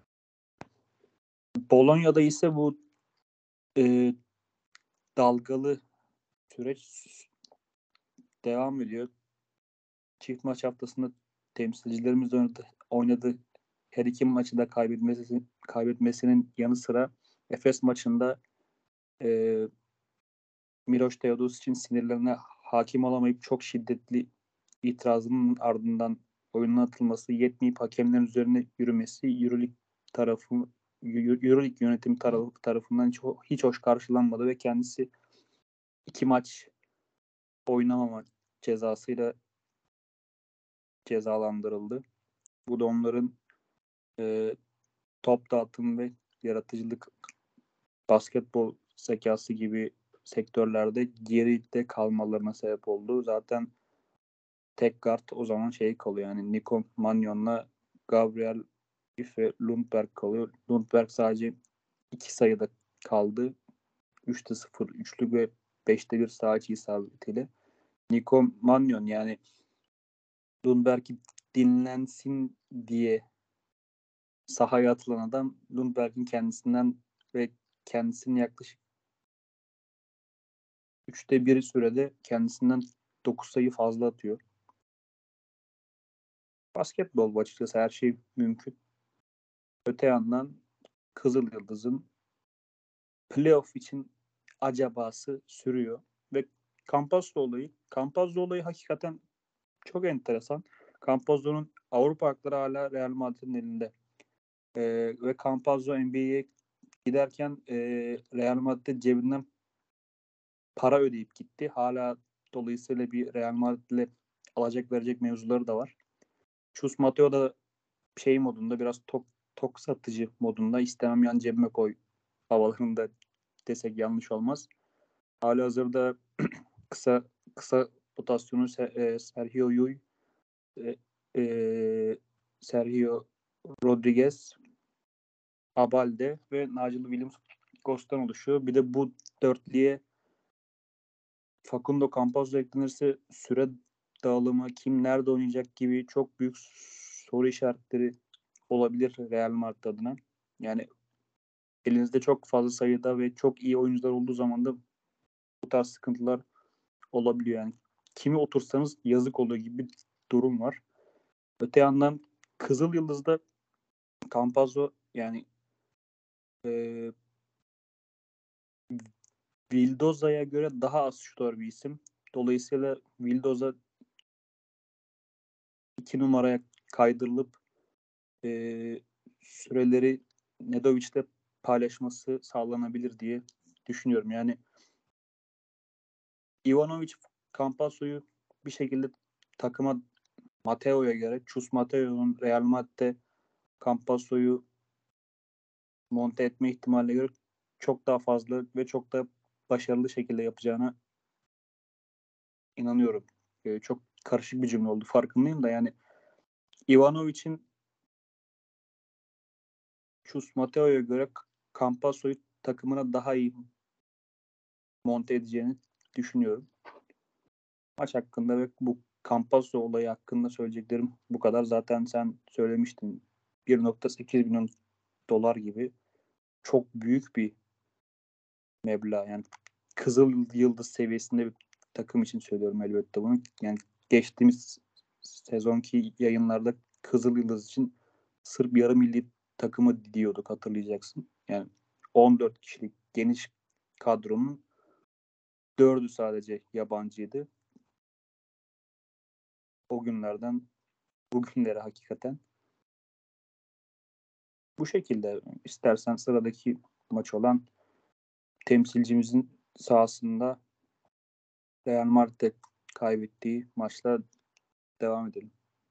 B: Bolonya'da ise bu e, dalgalı süreç devam ediyor. Çift maç haftasında temsilcilerimiz oynadı. oynadı. Her iki maçı da kaybetmesi, kaybetmesinin yanı sıra Efes maçında e, Miloš Teodosic'in sinirlerine hakim olamayıp çok şiddetli itirazının ardından oyununa atılması, yetmeyip hakemlerin üzerine yürümesi Euroleague tarafı Euroleague yönetim tarafı, tarafından hiç, hiç hoş karşılanmadı ve kendisi iki maç oynamama cezasıyla cezalandırıldı. Bu da onların e, top dağıtım ve yaratıcılık, basketbol zekası gibi sektörlerde geride kalmalarına sebep oldu. Zaten tek guard o zaman şey kalıyor. Yani Nico Magnon'la Gabriel ve Lundberg kalıyor. Lundberg sadece iki sayıda kaldı. üçte sıfır üçlük ve beşte bir saha içi isabetiyle. Nico Magnon yani Lundberg'i dinlensin diye sahaya atılan adam Lundberg'in kendisinden ve kendisinin yaklaşık üçte bir sürede kendisinden dokuz sayı fazla atıyor. Basketbol açıkçası her şey mümkün. Öte yandan Kızıl Yıldız'ın playoff için acabası sürüyor. Ve Campazzo olayı, Campazzo olayı hakikaten çok enteresan. Campazzo'nun Avrupa hakları hala Real Madrid'in elinde. Ee, ve Campazzo N B A'ye giderken e, Real Madrid cebinden para ödeyip gitti. Hala dolayısıyla bir Real Madrid'le alacak verecek mevzuları da var. Chus Mateo da şey modunda biraz tok, tok satıcı modunda, istemem yan cebime koy havalarında desek yanlış olmaz. Halihazırda kısa kısa rotasyonu Se- e, Sergio Llull, e, e, Sergio Rodriguez, Abalde ve Nigel Williams-Goss'tan oluşuyor. Bir de bu dörtlüye Facundo Campazzo eklenirse süre dağılımı, kim nerede oynayacak gibi çok büyük soru işaretleri olabilir Real Madrid adına. Yani elinizde çok fazla sayıda ve çok iyi oyuncular olduğu zaman da bu tarz sıkıntılar olabiliyor. Yani kimi otursanız yazık oluyor gibi bir durum var. Öte yandan Kızıl Yıldız'da Campazzo yani e, Vildoza'ya göre daha az şutör bir isim. Dolayısıyla Vildoza iki numaraya kaydırılıp e, süreleri Nedovic'le paylaşması sağlanabilir diye düşünüyorum. Yani Ivanovic Campazzo'yu bir şekilde takıma Mateo'ya göre, Chus Mateo'nun Real Madrid'de Campazzo'yu monte etme ihtimaline göre çok daha fazla ve çok da başarılı şekilde yapacağına inanıyorum. Ee, çok karışık bir cümle oldu, farkındayım da yani Ivanovic'in Chus Mateo'ya göre Campazzo'yu takımına daha iyi monte edeceğini düşünüyorum. Maç hakkında ve bu Campazzo olayı hakkında söyleyeceklerim bu kadar. Zaten sen söylemiştin, bir nokta sekiz milyon dolar gibi çok büyük bir meblağ. Yani Kızıl Yıldız seviyesinde bir takım için söylüyorum elbette bunu. Yani geçtiğimiz sezonki yayınlarda Kızıl Yıldız için sırf yarı milli takımı diyorduk, hatırlayacaksın. Yani on dört kişilik geniş kadronun dördü sadece yabancıydı. O günlerden bugünlere hakikaten. Bu şekilde istersen sıradaki maç olan temsilcimizin sahasında Real Madrid'de kaybettiği maçla devam edelim.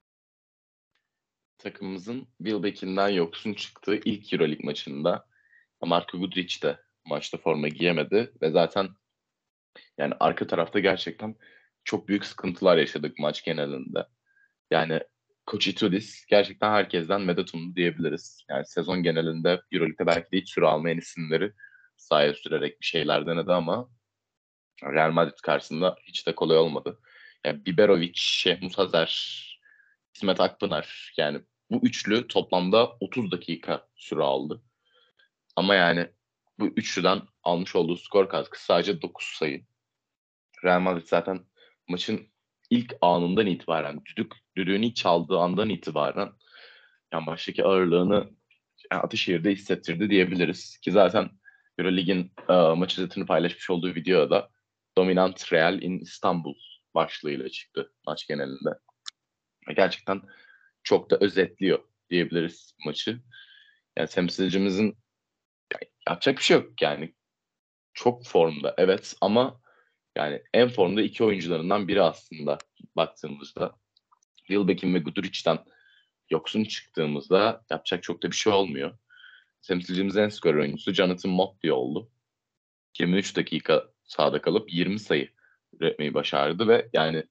A: Takımımızın Wilbeck'inden yoksun çıktığı ilk Euroleague maçında Marko Guduric de maçta forma giyemedi ve zaten yani arka tarafta gerçekten çok büyük sıkıntılar yaşadık maç genelinde. Yani Koç Itudis gerçekten herkesten medet umdu diyebiliriz. Yani sezon genelinde Euroleague'de belki de hiç süre almayan isimleri sahaya sürerek bir şeyler denedi ama Real Madrid karşısında hiç de kolay olmadı. Yani Biberovic, Şehmus Hazer, İsmet Akpınar, yani bu üçlü toplamda otuz dakika süre aldı. Ama yani bu üçlüden almış olduğu skor katkısı sadece dokuz sayı. Real Madrid zaten maçın ilk anından itibaren, düdük, düdüğünü çaldığı andan itibaren yani maçtaki ağırlığını yani Ataşehir'de hissettirdi diyebiliriz. Ki zaten Euroleague'in e, maç özetini paylaşmış olduğu videoda Dominant Real in İstanbul başlığıyla çıktı maç genelinde. Gerçekten çok da özetliyor diyebiliriz maçı. Yani temsilcimizin yani yapacak bir şey yok yani. Çok formda evet ama yani en formda iki oyuncularından biri aslında baktığımızda. Wilbekin ve Guduric'den yoksun çıktığımızda yapacak çok da bir şey olmuyor. Temsilcimizin en skor oyuncusu Jonathan Motley oldu. yirmi üç dakika sahada kalıp yirmi sayı üretmeyi başardı ve yani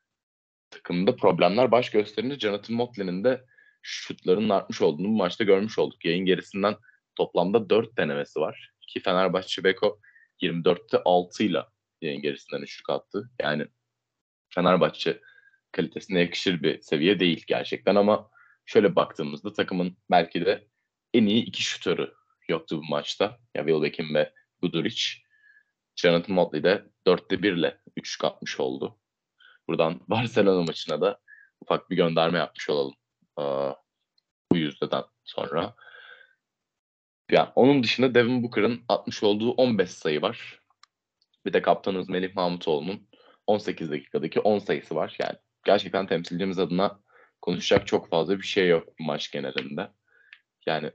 A: takımda problemler baş gösterince Jonathan Motley'nin de şutlarının artmış olduğunu bu maçta görmüş olduk. Yayın gerisinden toplamda dört denemesi var. Ki Fenerbahçe Beko yirmi dörtte altı ile yayın gerisinden üçlük attı. Yani Fenerbahçe kalitesine yakışır bir seviye değil gerçekten ama şöyle baktığımızda takımın belki de en iyi iki şutörü yoktu bu maçta. Ya Wilbekin ve Guduric. Jonathan Motley de dörtte bir ile üçlük atmış oldu. Buradan Barcelona maçına da ufak bir gönderme yapmış olalım. Aa, bu yüzdeden sonra. Yani onun dışında Devin Booker'ın atmış olduğu on beş sayı var. Bir de kaptanımız Melih Mahmutoğlu'nun on sekiz dakikadaki on sayısı var. Yani gerçekten temsilcimiz adına konuşacak çok fazla bir şey yok bu maç genelinde. Yani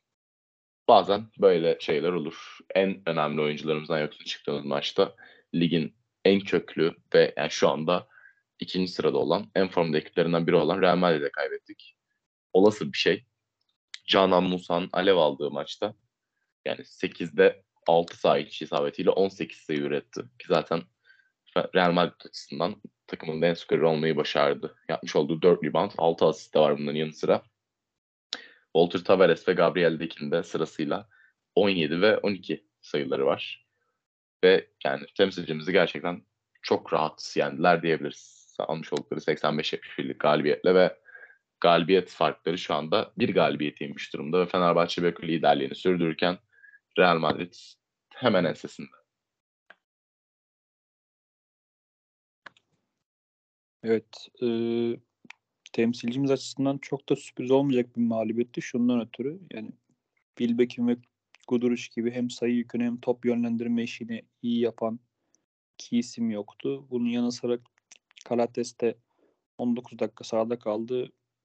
A: bazen böyle şeyler olur. En önemli oyuncularımızdan yoksun çıktığımız maçta ligin en köklü ve yani şu anda ikinci sırada olan, en formda ekiplerinden biri olan Real Madrid'e kaybettik. Olası bir şey. Canan Musa'nın alev aldığı maçta yani sekizde altı sayı içi isabetiyle on sekiz sayı üretti. Ki zaten Real Madrid açısından takımın en skoreri olmayı başardı. Yapmış olduğu dört rebound, altı asist de var bunların yanı sıra. Walter Tavares ve Gabriel Dekin'in de sırasıyla on yedi ve on iki sayıları var. Ve yani temsilcimizi gerçekten çok rahat yendiler diyebiliriz. Almış oldukları seksen beş yetmiş birlik galibiyetle ve galibiyet farkları şu anda bir galibiyete inmiş durumda ve Fenerbahçe Beko liderliğini sürdürürken Real Madrid hemen ensesinde.
B: Evet. E, temsilcimiz açısından çok da sürpriz olmayacak bir mağlubiyetti. Şundan ötürü yani Bilbekin ve Guduric gibi hem sayı yükünü hem top yönlendirme işini iyi yapan iki isim yoktu. Bunun yanı sıra Kalates de on dokuz dakika sahada kaldı.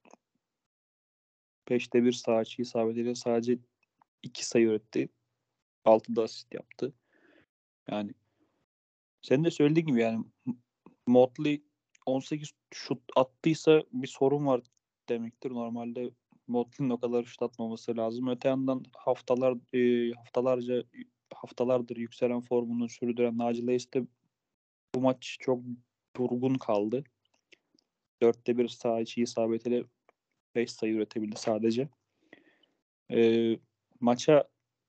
B: beşte bir sağ içi isabetiyle sadece iki sayı üretti. altıda asist yaptı. Yani senin de söylediğin gibi yani Motley on sekiz şut attıysa bir sorun var demektir. Normalde Motley'nin o kadar şut atmaması lazım. Öte yandan haftalar e, haftalarca haftalardır yükselen formunu sürdüren Naci Reis de bu maç çok durgun kaldı. Dörtte bir sağ içi isabetiyle beş sayı üretebildi sadece. E, maça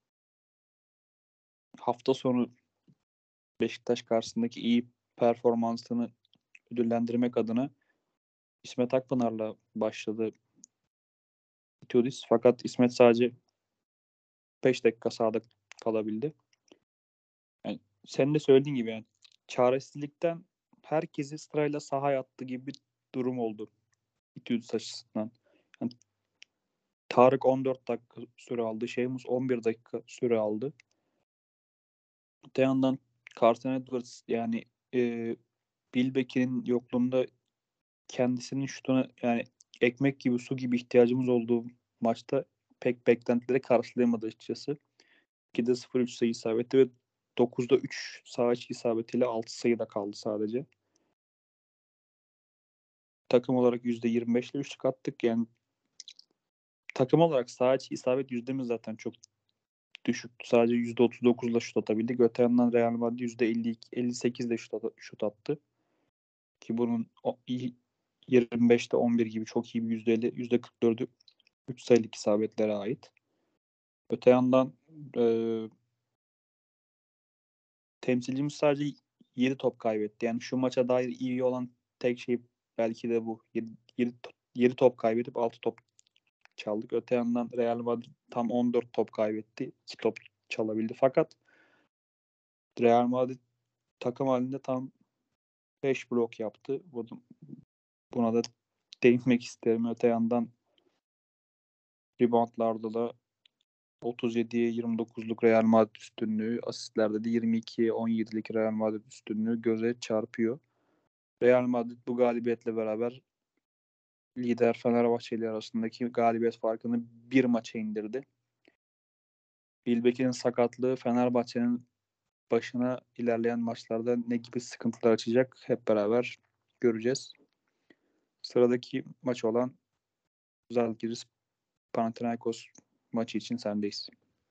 B: hafta sonu Beşiktaş karşısındaki iyi performansını ödüllendirmek adına İsmet Akpınar'la başladı Itudis. Fakat İsmet sadece beş dakika sahada kalabildi. Yani senin de söylediğin gibi yani çaresizlikten herkesi sırayla sahaya attı gibi bir durum oldu Itudis açısından. Yani Tarık on dört dakika süre aldı. Şeymus on bir dakika süre aldı. Öte yandan Carson Edwards yani e, Bilbekin'in yokluğunda kendisinin şutuna yani ekmek gibi su gibi ihtiyacımız olduğu maçta pek beklentileri karşılayamadı açıkçası. ikide sıfır üç sayı isabeti ve dokuzda üç sağ içi isabetiyle altı sayıda kaldı sadece. Takım olarak yüzde yirmi beş ile üçlük attık. Yani takım olarak sağ içi isabet yüzdemiz zaten çok düşüktü. Sadece yüzde otuz dokuz ile şut atabildik. Öte yandan Real Madrid yüzde elli iki, elli sekiz ile şut, şut attı. Ki bunun yirmi beşte on bir gibi çok iyi bir yüzde elli, yüzde kırk dördü üç sayılık isabetlere ait. Öte yandan e, temsilcimiz sadece yedi top kaybetti. Yani şu maça dair iyi olan tek şey belki de bu. yedi top kaybedip altı top çaldık. Öte yandan Real Madrid tam on dört top kaybetti. iki top çalabildi. Fakat Real Madrid takım halinde tam beş blok yaptı. Buna da değinmek isterim. Öte yandan reboundlarda da otuz yediye yirmi dokuzluk Real Madrid üstünlüğü, asistlerde de yirmi ikiye on yedilik Real Madrid üstünlüğü göze çarpıyor. Real Madrid bu galibiyetle beraber lider Fenerbahçe ile arasındaki galibiyet farkını bir maça indirdi. Bilbekin'in sakatlığı Fenerbahçe'nin başına ilerleyen maçlarda ne gibi sıkıntılar açacak hep beraber göreceğiz. Sıradaki maç olan Zalgiris Panathinaikos maçı için sendeyiz.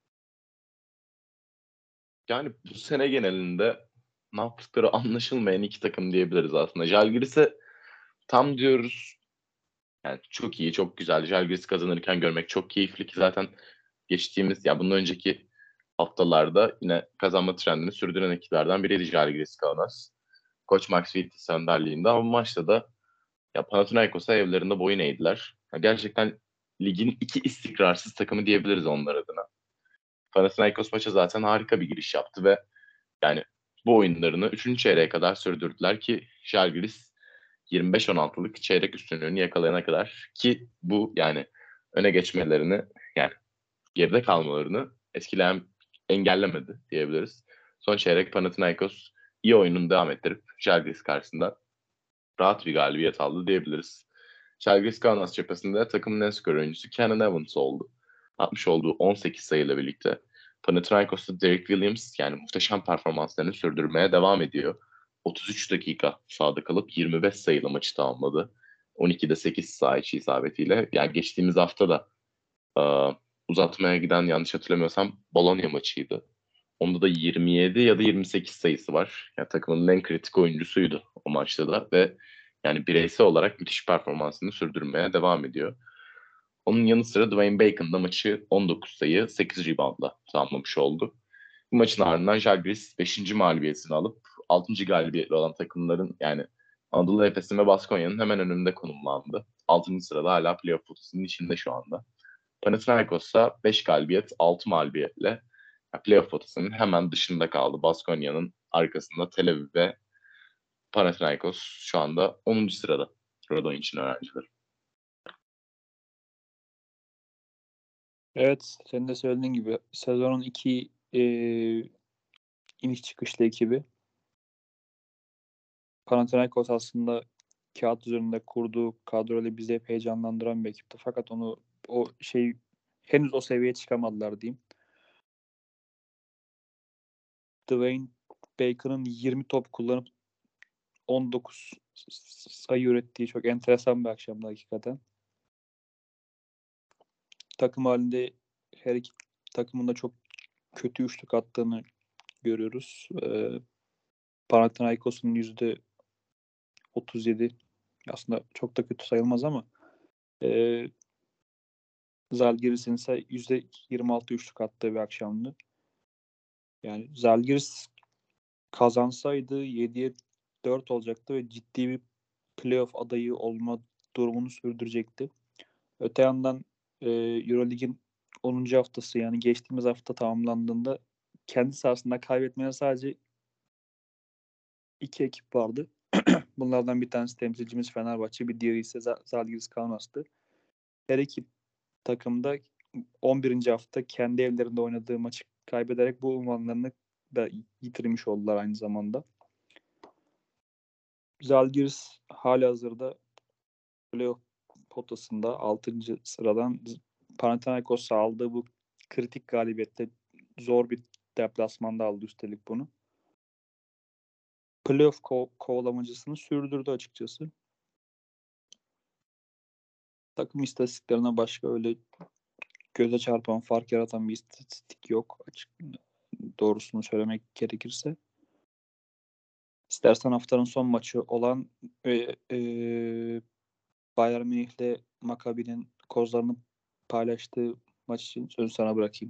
A: Yani bu sene genelinde ne yaptıkları anlaşılmayan iki takım diyebiliriz aslında. Žalgiris'e tam diyoruz. Yani çok iyi, çok güzel. Žalgiris kazanırken görmek çok keyifli ki zaten geçtiğimiz, ya bundan önceki haftalarda yine kazanma trendini sürdüren ekiplerden biriydi Žalgiris Kaunas. Koç Max Vitis önderliğinde ama bu maçta da ya Panathinaikos'a evlerinde boyun eğdiler. Ya gerçekten ligin iki istikrarsız takımı diyebiliriz onlar adına. Panathinaikos maça zaten harika bir giriş yaptı ve yani bu oyunlarını üçüncü çeyreğe kadar sürdürdüler ki Žalgiris yirmi beş on altılık çeyrek üstünlüğünü yakalayana kadar, ki bu yani öne geçmelerini, yani geride kalmalarını etkileyen, engellemedi diyebiliriz. Son çeyrek Panathinaikos iyi oyununu devam ettirip Žalgiris karşısında rahat bir galibiyet aldı diyebiliriz. Žalgiris Kaunas cephesinde takımın en skor oyuncusu Kenan Evans oldu. Atmış olduğu on sekiz sayıyla birlikte Panathinaikos'ta Derek Williams yani muhteşem performanslarını sürdürmeye devam ediyor. otuz üç dakika sahada kalıp yirmi beş sayılı maçı tamamladı. on ikide sekiz saha içi isabetiyle. Yani geçtiğimiz hafta da e, uzatmaya giden, yanlış hatırlamıyorsam, Bologna maçıydı. Onda da yirmi yedi ya da yirmi sekiz sayısı var. Yani takımın en kritik oyuncusuydu o maçta da ve yani bireysel olarak müthiş performansını sürdürmeye devam ediyor. Onun yanı sıra Dwayne Bacon da maçı on dokuz sayı, sekiz reboundla tamamlamış oldu. Bu maçın ardından Žalgiris beşinci mağlubiyetini alıp altıncı galibiyetli olan takımların, yani Anadolu Efes'in ve Baskonya'nın hemen önünde konumlandı. altıncı sırada hala playoff potasının içinde şu anda. Panathinaikos'a beş galibiyet, altı mağlubiyetle yani playoff potasının hemen dışında kaldı. Baskonya'nın arkasında Tel Aviv ve Panathinaikos şu anda onuncu sırada Radonic'in öğrencileri.
B: Evet, senin de söylediğin gibi sezonun iki e, iniş çıkışlı ekibi. Panathinaikos aslında kağıt üzerinde kurduğu kadroyla bizi hep heyecanlandıran bir ekipti. Fakat onu o şey henüz o seviyeye çıkamadılar diyeyim. Dwayne Bacon'ın yirmi top kullanıp on dokuz sayı ürettiği çok enteresan bir akşamdı hakikaten. Takım halinde her iki takımın da çok kötü üçlük attığını görüyoruz. Ee, Panathinaikos'un yüzde otuz yedi aslında çok da kötü sayılmaz ama e, Žalgiris'in ise yüzde yirmi altı üçlük attığı bir akşamdı. Yani Žalgiris kazansaydı yediye dört olacaktı ve ciddi bir playoff adayı olma durumunu sürdürecekti. Öte yandan e, Euroleague'in onuncu haftası, yani geçtiğimiz hafta tamamlandığında kendi sahasında kaybetmeyen sadece iki ekip vardı. Bunlardan bir tanesi temsilcimiz Fenerbahçe, bir diğeri ise Žalgiris Kaunas''tı. Her iki takımda on birinci hafta kendi evlerinde oynadığı maçı kaybederek bu unvanlarını da yitirmiş oldular aynı zamanda. Žalgiris halihazırda playoff potasında altıncı sıradan. Panathinaikos'a aldığı bu kritik galibiyette zor bir deplasmanda aldı üstelik bunu. Playoff ko- kovalamacısını sürdürdü açıkçası. Takım istatistiklerine başka öyle göze çarpan, fark yaratan bir istatistik yok açık doğrusunu söylemek gerekirse. İstersen haftanın son maçı olan e, e, Bayern Münih'le Maccabi'nin kozlarını paylaştığı maç için sözü sana bırakayım.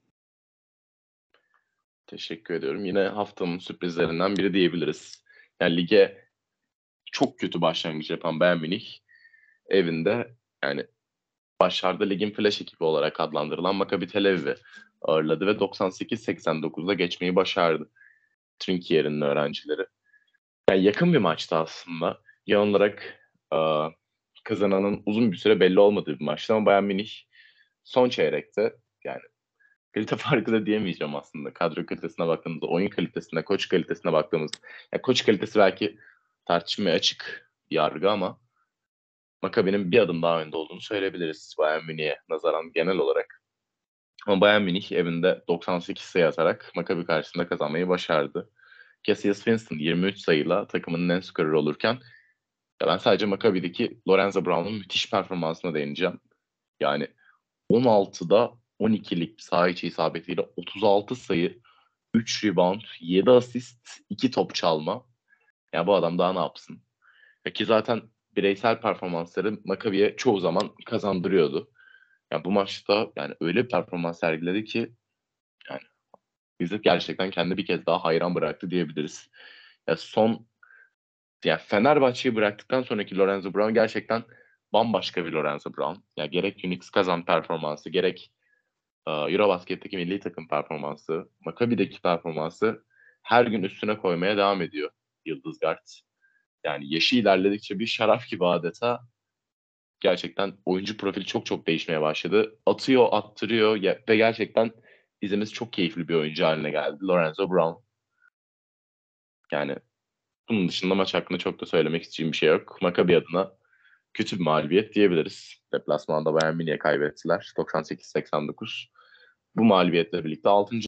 A: Teşekkür ediyorum. Yine haftanın sürprizlerinden biri diyebiliriz. Yani lige çok kötü başlangıç yapan Bayern Münih evinde, yani başlarda ligin flash ekibi olarak adlandırılan Maccabi Tel Aviv'i ağırladı ve doksan sekiz seksen dokuzda geçmeyi başardı Trinkier'in öğrencileri. Yani yakın bir maçtı aslında. Genel olarak e, kazananın uzun bir süre belli olmadığı bir maçtı ama Bayern Münih son çeyrekte, yani kalite farkı da diyemeyeceğim aslında. Kadro kalitesine baktığımızda, oyun kalitesine, koç kalitesine baktığımızda. Yani koç kalitesi belki tartışmaya açık bir yargı ama Maccabi'nin bir adım daha önde olduğunu söyleyebiliriz Bayern Münih'e nazaran genel olarak. Ama Bayern Münih evinde doksan sekiz sayı atarak Maccabi karşısında kazanmayı başardı. Cassius Winston yirmi üç sayıyla takımının en skoreri olurken, ya ben sadece Maccabi'deki Lorenzo Brown'un müthiş performansına değineceğim. Yani on altıda on ikilik saha içi isabetiyle otuz altı sayı, üç rebound, yedi asist, iki top çalma. Yani bu adam daha ne yapsın? Ya ki zaten bireysel performansları Maccabi'ye çoğu zaman kazandırıyordu. Yani bu maçta yani öyle bir performans sergiledi ki yani bizi gerçekten kendi bir kez daha hayran bıraktı diyebiliriz. Ya son yani Fenerbahçe'yi bıraktıktan sonraki Lorenzo Brown gerçekten bambaşka bir Lorenzo Brown. Ya gerek Unix Kazan performansı, gerek e, Eurobasket'teki milli takım performansı, Maccabi'deki performansı her gün üstüne koymaya devam ediyor Yıldız Guard. Yani yaşı ilerledikçe bir şaraf gibi adeta, gerçekten oyuncu profili çok çok değişmeye başladı. Atıyor, attırıyor ya- ve gerçekten izimiz çok keyifli bir oyuncu haline geldi Lorenzo Brown. Yani bunun dışında maç hakkında çok da söylemek isteyeceğim bir şey yok. Maccabi adına kötü bir mağlubiyet diyebiliriz. Deplasmanda Bayern Münih'e kaybettiler doksan sekiz seksen dokuz. Bu mağlubiyetle birlikte altıncı